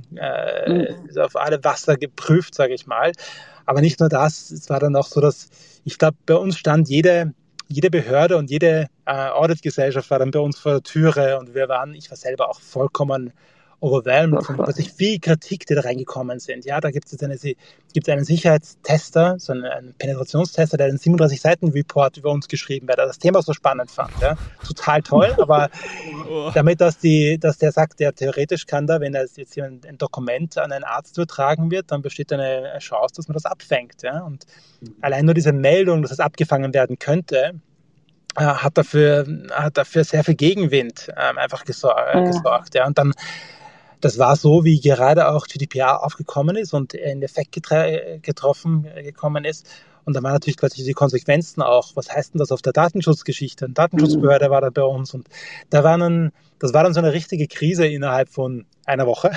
auf alle Wasser geprüft, sage ich mal. Aber nicht nur das, es war dann auch so, dass ich glaube, bei uns stand jede Behörde und jede Auditgesellschaft war dann bei uns vor der Türe und ich war selber auch vollkommen overwhelmed von plötzlich viel Kritik, die da reingekommen sind. Ja, da gibt es einen Sicherheitstester, so einen Penetrationstester, der einen 37-Seiten-Report über uns geschrieben hat, der das Thema so spannend fand. Ja. Total toll, aber damit, dass der sagt, der theoretisch kann da, wenn jetzt hier ein Dokument an einen Arzt übertragen wird, dann besteht eine Chance, dass man das abfängt. Ja. Und allein nur diese Meldung, dass es abgefangen werden könnte, hat dafür sehr viel Gegenwind einfach gesorgt. Ja. Und dann das war so, wie gerade auch GDPR aufgekommen ist und in Effekt gekommen ist. Und da waren natürlich plötzlich die Konsequenzen auch. Was heißt denn das auf der Datenschutzgeschichte? Eine Datenschutzbehörde war da bei uns. Und das war dann so eine richtige Krise innerhalb von einer Woche.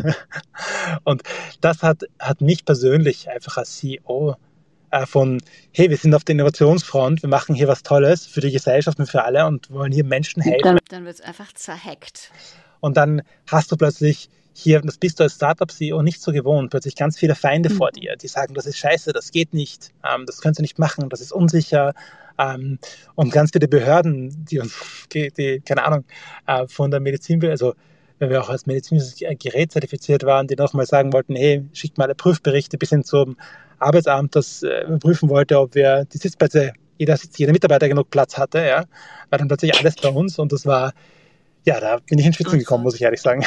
Und das hat mich persönlich einfach als CEO hey, wir sind auf der Innovationsfront, wir machen hier was Tolles für die Gesellschaft und für alle und wollen hier Menschen helfen. Dann wird es einfach zerhackt. Und dann hast du plötzlich hier, das bist du als Startup-CEO nicht so gewohnt, plötzlich ganz viele Feinde vor dir, die sagen, das ist scheiße, das geht nicht, das kannst du nicht machen, das ist unsicher. Und ganz viele Behörden, die keine Ahnung, von der Medizin, also wenn wir auch als medizinisches Gerät zertifiziert waren, die nochmal sagen wollten, hey, schickt mal Prüfberichte bis hin zum Arbeitsamt, das prüfen wollte, ob wir die Sitzplätze, jeder Mitarbeiter genug Platz hatte, ja, war dann plötzlich alles bei uns und das war, ja, da bin ich in Schwitzen gekommen, muss ich ehrlich sagen.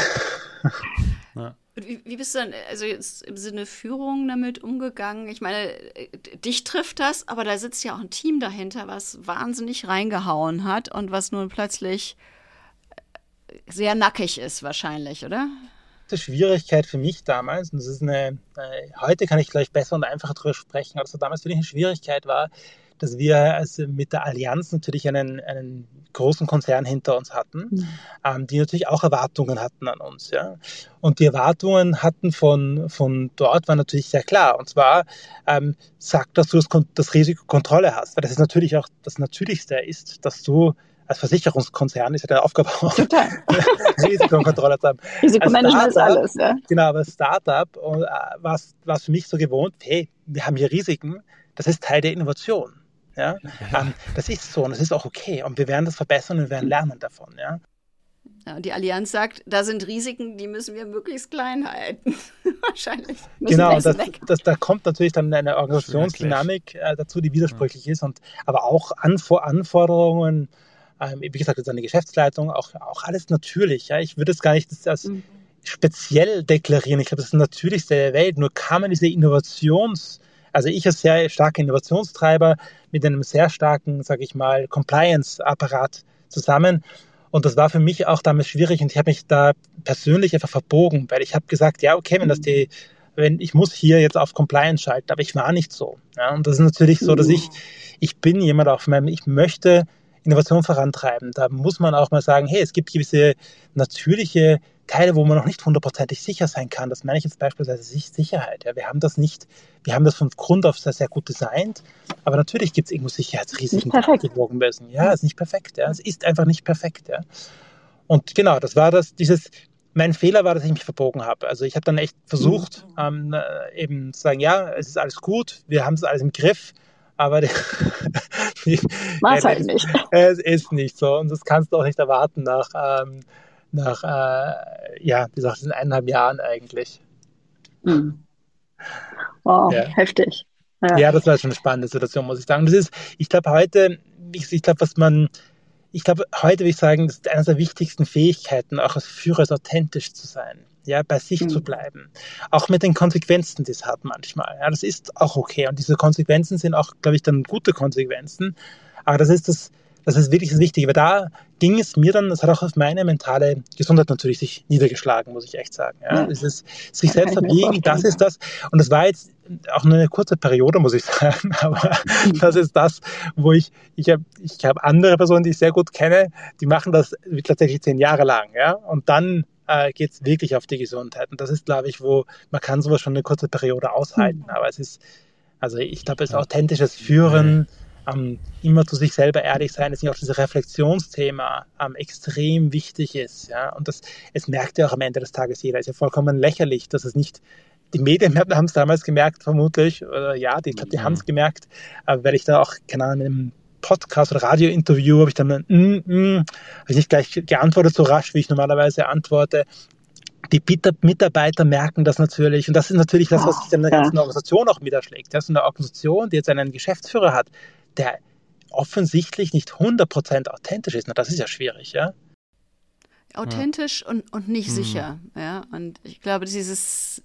Ja. Wie bist du dann, also jetzt im Sinne Führung damit umgegangen? Ich meine, dich trifft das, aber da sitzt ja auch ein Team dahinter, was wahnsinnig reingehauen hat und was nun plötzlich sehr nackig ist wahrscheinlich, oder? Die Schwierigkeit für mich damals, und das ist heute kann ich gleich besser und einfacher darüber sprechen, aber damals für mich eine Schwierigkeit war, dass wir also mit der Allianz natürlich einen großen Konzern hinter uns hatten, die natürlich auch Erwartungen hatten an uns. Ja? Und die Erwartungen hatten von dort waren natürlich sehr klar. Und zwar sagt, dass du das Risikokontrolle hast. Weil das ist natürlich auch das Natürlichste ist, dass du als Versicherungskonzern ist ja deine Aufgabe auch, Risikokontrolle zu haben. Risikomanagement ist alles, ja. Genau, aber Startup war es für mich so gewohnt, hey, wir haben hier Risiken, das ist Teil der Innovation. Ja? Das ist so und das ist auch okay und wir werden das verbessern und wir werden lernen davon. Ja? Ja, und die Allianz sagt, da sind Risiken, die müssen wir möglichst klein halten. Wahrscheinlich. Genau, da kommt natürlich dann eine Organisationsdynamik dazu, die widersprüchlich ist, aber auch Anforderungen, wie gesagt, jetzt eine Geschäftsleitung, auch alles natürlich. Ja? Ich würde es gar nicht als speziell deklarieren. Ich glaube, das ist das Natürlichste der Welt. Nur kamen diese also ich als sehr starker Innovationstreiber mit einem sehr starken, sage ich mal, Compliance-Apparat zusammen. Und das war für mich auch damals schwierig und ich habe mich da persönlich einfach verbogen, weil ich habe gesagt, ja, okay, wenn ich muss hier jetzt auf Compliance schalten, aber ich war nicht so. Ja? Und das ist natürlich so, dass ich bin jemand ich möchte Innovation vorantreiben. Da muss man auch mal sagen, hey, es gibt gewisse natürliche Teile, wo man noch nicht hundertprozentig sicher sein kann. Das meine ich jetzt beispielsweise Sicherheit. Ja, wir haben das von Grund auf sehr, sehr gut designt, aber natürlich gibt es irgendwo Sicherheitsrisiken, die abgewogen müssen. Ja, es ist nicht perfekt. Ja, es ist einfach nicht perfekt. Ja. Und genau, das war mein Fehler war, dass ich mich verbogen habe. Also ich habe dann echt versucht, eben zu sagen, ja, es ist alles gut, wir haben es alles im Griff, aber war es halt nicht. Es ist nicht so und das kannst du auch nicht erwarten nach wie gesagt, in 1,5 Jahren eigentlich. Wow, heftig. Ja, das war schon eine spannende Situation, muss ich sagen. Ich glaube, heute würde ich sagen, das ist eine der wichtigsten Fähigkeiten, auch als Führer, ist authentisch zu sein. bei sich zu bleiben. Auch mit den Konsequenzen, die es hat manchmal. Ja, das ist auch okay. Und diese Konsequenzen sind auch, glaube ich, dann gute Konsequenzen. Aber das ist wirklich das Wichtige. Weil da ging es mir dann, das hat auch auf meine mentale Gesundheit natürlich sich niedergeschlagen, muss ich echt sagen. Ja, es ist sich selbst verbiegen, das ist das. Und das war jetzt auch nur eine kurze Periode, muss ich sagen. Aber das ist das, wo ich habe andere Personen, die ich sehr gut kenne, die machen das tatsächlich 10 Jahre lang. Ja, und dann geht es wirklich auf die Gesundheit. Und das ist, glaube ich, wo man kann sowas schon eine kurze Periode aushalten. Aber ich glaube, es ist authentisches Führen, immer zu sich selber ehrlich sein, dass nicht auch dieses Reflexionsthema extrem wichtig ist. Ja? Und es merkt ja auch am Ende des Tages jeder. Es ist ja vollkommen lächerlich, dass es nicht, die Medien haben es damals gemerkt, vermutlich, die haben es gemerkt, weil ich da auch, keine Ahnung, in einem Podcast- oder Radiointerview habe ich dann habe ich nicht gleich geantwortet, so rasch, wie ich normalerweise antworte. Die Mitarbeiter merken das natürlich, und das ist natürlich das, was sich dann in der ganzen Organisation auch niederschlägt. Das ist eine Organisation, die jetzt einen Geschäftsführer hat, der offensichtlich nicht 100% authentisch ist. Na, das ist ja schwierig, ja? Authentisch und nicht sicher, ja. Und ich glaube, dieses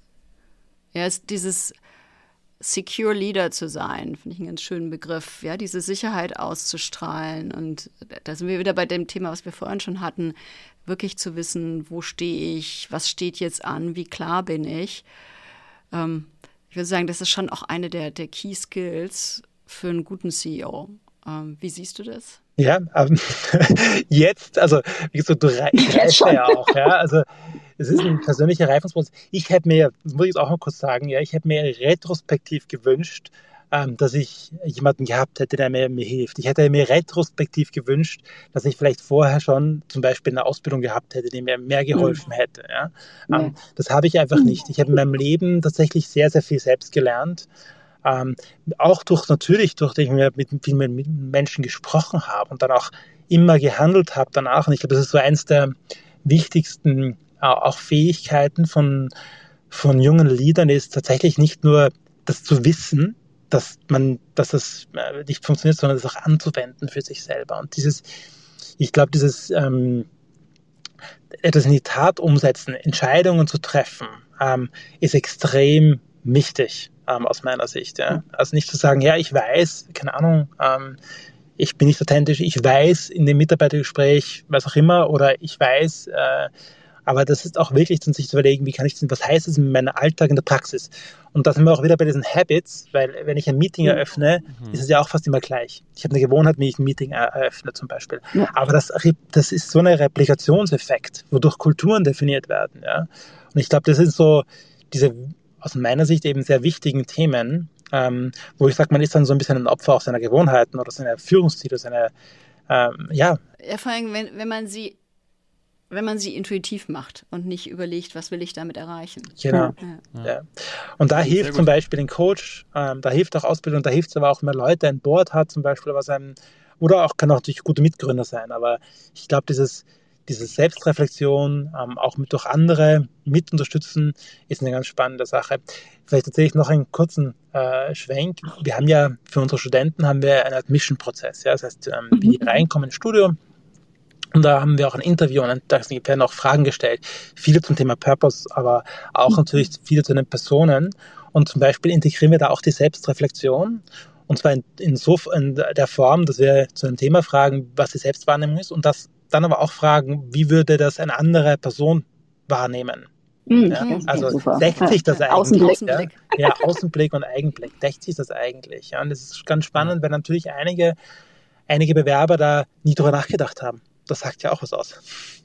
Secure Leader zu sein, finde ich einen ganz schönen Begriff, ja, diese Sicherheit auszustrahlen. Und da sind wir wieder bei dem Thema, was wir vorhin schon hatten, wirklich zu wissen, wo stehe ich, was steht jetzt an, wie klar bin ich. Ich würde sagen, das ist schon auch eine der Key Skills für einen guten CEO. Wie siehst du das? Ja, jetzt, also wie gesagt, du reifst ja auch, ja, also es ist ein persönlicher Reifungsprozess. Ich hätte mir, das muss ich jetzt auch mal kurz sagen, ja, ich hätte mir retrospektiv gewünscht, dass ich jemanden gehabt hätte, der mir hilft. Ich hätte mir retrospektiv gewünscht, dass ich vielleicht vorher schon zum Beispiel eine Ausbildung gehabt hätte, die mir mehr geholfen hätte. Ja. Das habe ich einfach nicht. Ich habe in meinem Leben tatsächlich sehr, sehr viel selbst gelernt. Auch durch, dass ich mit vielen Menschen gesprochen habe und dann auch immer gehandelt habe danach. Und ich glaube, das ist so eins der wichtigsten auch Fähigkeiten von jungen Leadern, ist tatsächlich nicht nur das zu wissen, dass das nicht funktioniert, sondern das auch anzuwenden für sich selber. Und etwas in die Tat umsetzen, Entscheidungen zu treffen, ist extrem wichtig aus meiner Sicht. Ja. Also nicht zu sagen, ja, ich weiß, keine Ahnung, ich bin nicht authentisch, ich weiß in dem Mitarbeitergespräch, was auch immer, oder ich weiß, aber das ist auch wirklich, sich zu überlegen, was heißt es in meinem Alltag, in der Praxis? Und da sind wir auch wieder bei diesen Habits, weil wenn ich ein Meeting eröffne, ist es ja auch fast immer gleich. Ich habe eine Gewohnheit, wenn ich ein Meeting eröffne zum Beispiel. Ja. Aber das ist so ein Replikationseffekt, wodurch Kulturen definiert werden. Ja? Und ich glaube, das sind so diese aus meiner Sicht eben sehr wichtigen Themen, wo ich sage, man ist dann so ein bisschen ein Opfer auch seiner Gewohnheiten oder seiner Führungsstile, Ja, vor allem, wenn man sie intuitiv macht und nicht überlegt, was will ich damit erreichen. Genau. Ja. Und da hilft zum Beispiel ein Coach, da hilft auch Ausbildung, da hilft es aber auch, wenn man Leute an Bord hat zum Beispiel, oder auch kann auch natürlich gute Mitgründer sein, aber ich glaube, diese Selbstreflexion, auch durch andere mit unterstützen, ist eine ganz spannende Sache. Vielleicht erzähle ich noch einen kurzen Schwenk. Wir haben ja für unsere Studenten einen Admission-Prozess. Ja? Das heißt, wie die reinkommen ins Studium. Und da haben wir auch ein Interview und da werden auch Fragen gestellt. Viele zum Thema Purpose, aber auch natürlich viele zu den Personen. Und zum Beispiel integrieren wir da auch die Selbstreflexion. Und zwar in der Form, dass wir zu einem Thema fragen, was die Selbstwahrnehmung ist und das dann aber auch fragen, wie würde das eine andere Person wahrnehmen? Ja, also deckt sich das eigentlich? Außenblick. Ja, Außenblick und Eigenblick. Deckt sich das eigentlich? Ja, und das ist ganz spannend, weil natürlich einige Bewerber da nie drüber nachgedacht haben. Das sagt ja auch was aus.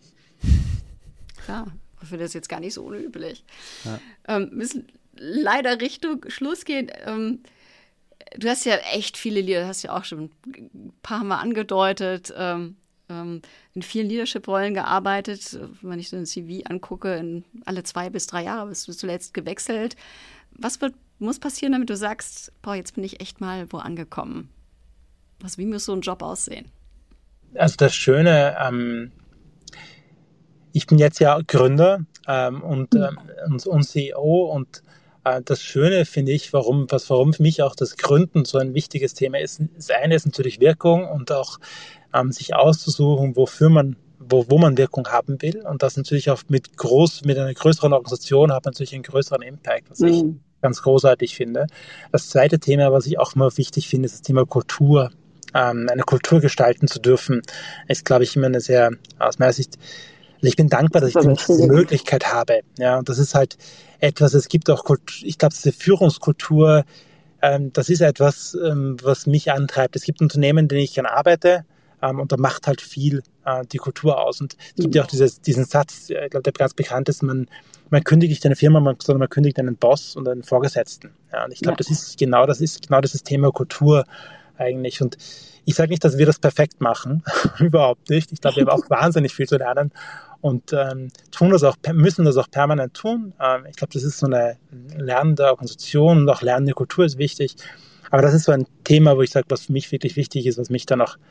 Klar, ich finde das jetzt gar nicht so unüblich. Ja. Müssen leider Richtung Schluss gehen. Du hast ja echt viele Lieder, hast ja auch schon ein paar Mal angedeutet, in vielen Leadership-Rollen gearbeitet. Wenn ich so ein CV angucke, in alle 2 bis 3 Jahre bist du zuletzt gewechselt. Was muss passieren, damit du sagst, jetzt bin ich echt mal wo angekommen? Wie muss so ein Job aussehen? Also das Schöne, ich bin jetzt ja Gründer und CEO und das Schöne finde ich, warum für mich auch das Gründen so ein wichtiges Thema ist. Das eine ist natürlich Wirkung und auch sich auszusuchen, wofür man wo man Wirkung haben will. Und das natürlich auch mit einer größeren Organisation hat man natürlich einen größeren Impact, was ich ganz großartig finde. Das zweite Thema, was ich auch immer wichtig finde, ist das Thema Kultur. Eine Kultur gestalten zu dürfen, ist, glaube ich, immer eine sehr, aus meiner Sicht, also ich bin dankbar, dass ich diese Möglichkeit habe. Ja, und das ist halt etwas, es gibt auch, ich glaube, diese Führungskultur, das ist etwas, was mich antreibt. Es gibt Unternehmen, in denen ich gerne arbeite, und da macht halt viel die Kultur aus. Und es gibt ja auch diesen Satz, ich glaube, der ganz bekannt ist, man kündigt nicht eine Firma, sondern man kündigt einen Boss und einen Vorgesetzten. Ja, und ich glaube, das ist genau dieses Thema Kultur eigentlich. Und ich sage nicht, dass wir das perfekt machen, überhaupt nicht. Ich glaube, wir haben auch wahnsinnig viel zu lernen und müssen das auch permanent tun. Ich glaube, das ist so eine lernende Organisation und auch lernende Kultur ist wichtig. Aber das ist so ein Thema, wo ich sage, was für mich wirklich wichtig ist, was mich dann auch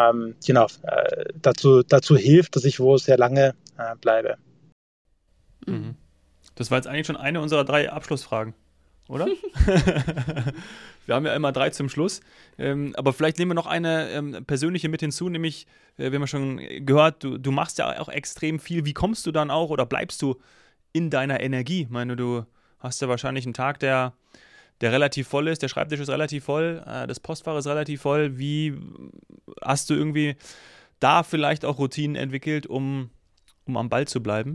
dazu hilft, dass ich wo sehr lange bleibe. Mhm. Das war jetzt eigentlich schon eine unserer 3 Abschlussfragen, oder? Wir haben ja immer 3 zum Schluss, aber vielleicht nehmen wir noch eine persönliche mit hinzu, nämlich, wir haben ja schon gehört, du machst ja auch extrem viel. Wie kommst du dann auch oder bleibst du in deiner Energie? Ich meine, du hast ja wahrscheinlich einen Tag, der relativ voll ist, der Schreibtisch ist relativ voll, das Postfach ist relativ voll. Wie hast du irgendwie da vielleicht auch Routinen entwickelt, um am Ball zu bleiben?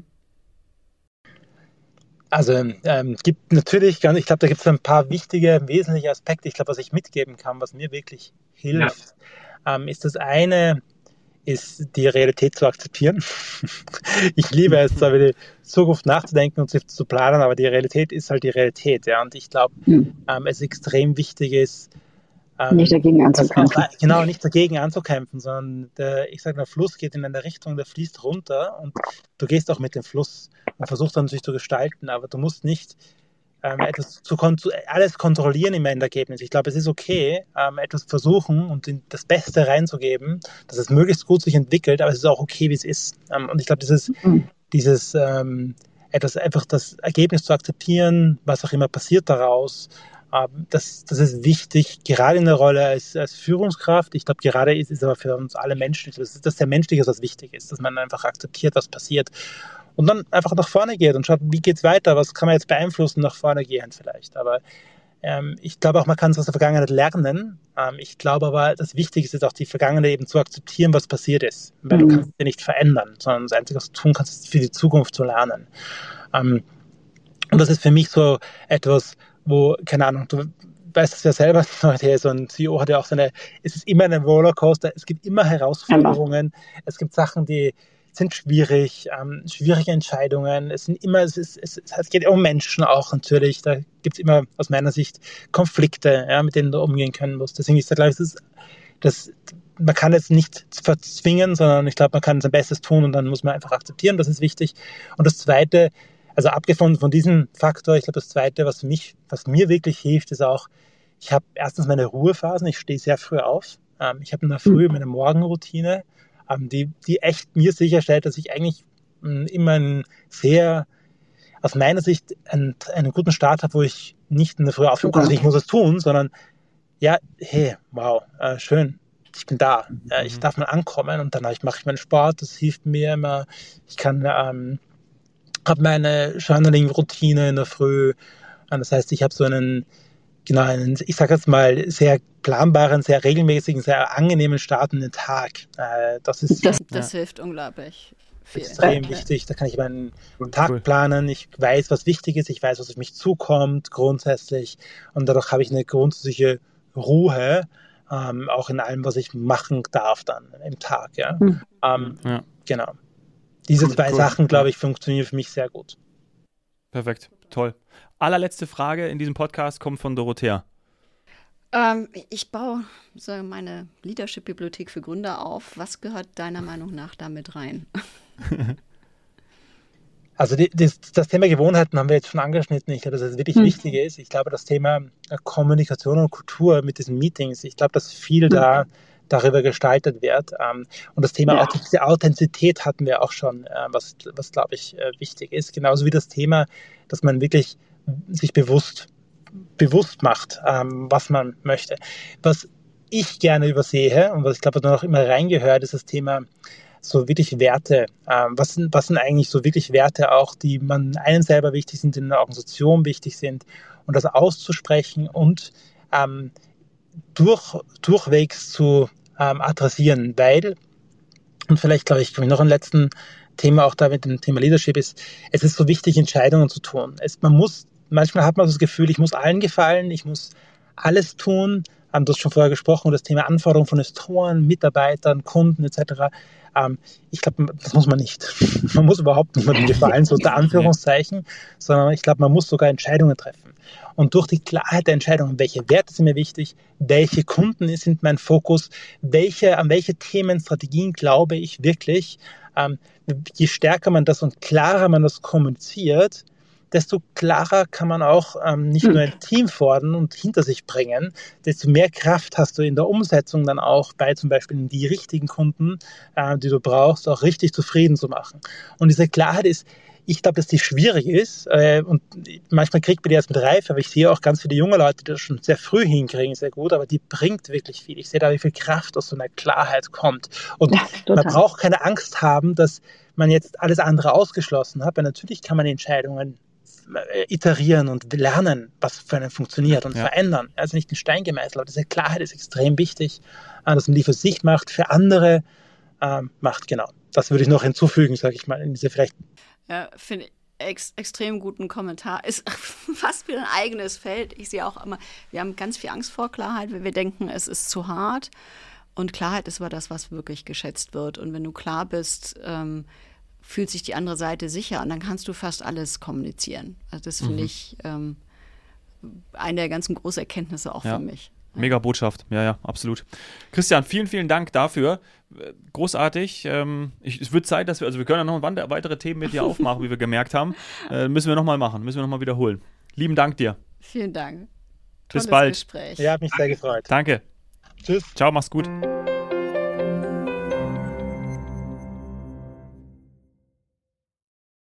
Also gibt natürlich, ich glaube, da gibt es ein paar wichtige, wesentliche Aspekte, ich glaube, was ich mitgeben kann, was mir wirklich hilft, ist das eine, ist die Realität zu akzeptieren. Ich liebe es, über die Zukunft nachzudenken und zu planen, aber die Realität ist halt die Realität. Ja? Und ich glaube, es extrem wichtig ist, nicht dagegen anzukämpfen. Nicht dagegen anzukämpfen, sondern der Fluss geht in eine Richtung, der fließt runter und du gehst auch mit dem Fluss und versuchst dann natürlich zu gestalten, aber du musst nicht alles kontrollieren im Endergebnis. Ich glaube, es ist okay, etwas versuchen und das Beste reinzugeben, dass es möglichst gut sich entwickelt, aber es ist auch okay, wie es ist. Und ich glaube, einfach das Ergebnis zu akzeptieren, was auch immer passiert daraus, das ist wichtig, gerade in der Rolle als Führungskraft. Ich glaube, gerade ist aber für uns alle menschlich, dass der Menschliche was wichtig ist, dass man einfach akzeptiert, was passiert und dann einfach nach vorne geht und schaut, wie geht's weiter, was kann man jetzt beeinflussen, nach vorne gehen vielleicht. Aber ich glaube auch, man kann es aus der Vergangenheit lernen. Ich glaube aber, das Wichtige ist auch, die Vergangenheit eben zu akzeptieren, was passiert ist. Weil du kannst sie nicht verändern, sondern das Einzige, was du tun kannst, ist für die Zukunft zu lernen. Und das ist für mich so etwas, wo, keine Ahnung, du weißt es ja selber, so ein CEO hat ja auch es ist immer ein Rollercoaster, es gibt immer Herausforderungen, es gibt Sachen, die sind schwierig, schwierige Entscheidungen, es geht um Menschen auch natürlich, da gibt es immer aus meiner Sicht Konflikte, ja, mit denen du umgehen können musst. Deswegen ist da, glaube ich, man kann es nicht verzwingen, sondern ich glaube, man kann sein Bestes tun und dann muss man einfach akzeptieren, das ist wichtig. Und das Zweite, also abgefunden von diesem Faktor, ich glaube, das Zweite, was mir wirklich hilft, ist auch, ich habe erstens meine Ruhephasen, ich stehe sehr früh auf. Ich habe in der Früh meine Morgenroutine, die echt mir sicherstellt, dass ich eigentlich immer aus meiner Sicht einen guten Start habe, wo ich nicht in der Früh aufstehe, also ich muss es tun, sondern ja, hey, wow, schön, ich bin da. Ich darf mal ankommen und dann mache ich meinen Sport, das hilft mir immer. Ich kann habe meine Journaling-Routine in der Früh. Das heißt, ich habe so einen, ich sage jetzt mal, sehr planbaren, sehr regelmäßigen, sehr angenehmen Start in den Tag. Das hilft unglaublich viel. Extrem wichtig. Da kann ich meinen Tag planen. Ich weiß, was wichtig ist. Ich weiß, was auf mich zukommt, grundsätzlich. Und dadurch habe ich eine grundsätzliche Ruhe, auch in allem, was ich machen darf dann im Tag. Ja? Genau. Diese zwei Sachen, glaube ich, funktionieren für mich sehr gut. Perfekt, toll. Allerletzte Frage in diesem Podcast kommt von Dorothea. Ich baue meine Leadership-Bibliothek für Gründer auf. Was gehört deiner Meinung nach damit rein? Also das Thema Gewohnheiten haben wir jetzt schon angeschnitten. Ich glaube, dass es wirklich wichtig ist. Ich glaube, das Thema Kommunikation und Kultur mit diesen Meetings, ich glaube, dass viel darüber gestaltet wird. Und das Thema Authentizität hatten wir auch schon, was glaube ich, wichtig ist. Genauso wie das Thema, dass man wirklich sich bewusst macht, was man möchte. Was ich gerne übersehe und was ich glaube, was noch immer reingehört, ist das Thema so wirklich Werte, was sind eigentlich so wirklich Werte auch, die einem selber wichtig sind, die in der Organisation wichtig sind, und das auszusprechen und durchwegs zu adressieren, weil, und vielleicht glaube ich noch ein letzten Thema auch da mit dem Thema Leadership ist, es ist so wichtig, Entscheidungen zu tun. Manchmal hat man das Gefühl, ich muss allen gefallen, ich muss alles tun. Du hast schon vorher gesprochen, das Thema Anforderungen von Investoren, Mitarbeitern, Kunden etc. Ich glaube, das muss man nicht. Man muss überhaupt niemandem gefallen, so unter Anführungszeichen, sondern ich glaube, man muss sogar Entscheidungen treffen. Und durch die Klarheit der Entscheidungen, welche Werte sind mir wichtig, welche Kunden sind mein Fokus, an welche Themen, Strategien glaube ich wirklich, je stärker man das und klarer man das kommuniziert, desto klarer kann man auch nicht nur ein Team fordern und hinter sich bringen, desto mehr Kraft hast du in der Umsetzung dann auch bei zum Beispiel die richtigen Kunden, die du brauchst, auch richtig zufrieden zu machen. Und diese Klarheit ist, ich glaube, dass die schwierig ist und manchmal kriegt man die erst mit Reife, aber ich sehe auch ganz viele junge Leute, die das schon sehr früh hinkriegen, sehr gut, aber die bringt wirklich viel. Ich sehe da, wie viel Kraft aus so einer Klarheit kommt. Und man braucht keine Angst haben, dass man jetzt alles andere ausgeschlossen hat, weil natürlich kann man die Entscheidungen iterieren und lernen, was für einen funktioniert und verändern. Also nicht in Stein gemeißelt, aber diese Klarheit ist extrem wichtig, dass man die für sich macht, für andere macht, genau. Das würde ich noch hinzufügen, sage ich mal, in diese vielleicht. Ja, finde ich extrem guten Kommentar. Ist fast wieder ein eigenes Feld. Ich sehe auch immer, wir haben ganz viel Angst vor Klarheit, weil wir denken, es ist zu hart. Und Klarheit ist aber das, was wirklich geschätzt wird. Und wenn du klar bist, fühlt sich die andere Seite sicher und dann kannst du fast alles kommunizieren. Also das finde ich eine der ganzen großen Erkenntnisse auch für mich. Mega Botschaft, ja, absolut. Christian, vielen, vielen Dank dafür. Großartig. Es wird Zeit, dass wir können ja noch weitere Themen mit dir aufmachen, wie wir gemerkt haben. Müssen wir nochmal machen, müssen wir nochmal wiederholen. Lieben Dank dir. Vielen Dank. Bis bald. Gespräch. Ja, hat mich sehr gefreut. Danke. Tschüss. Ciao, mach's gut.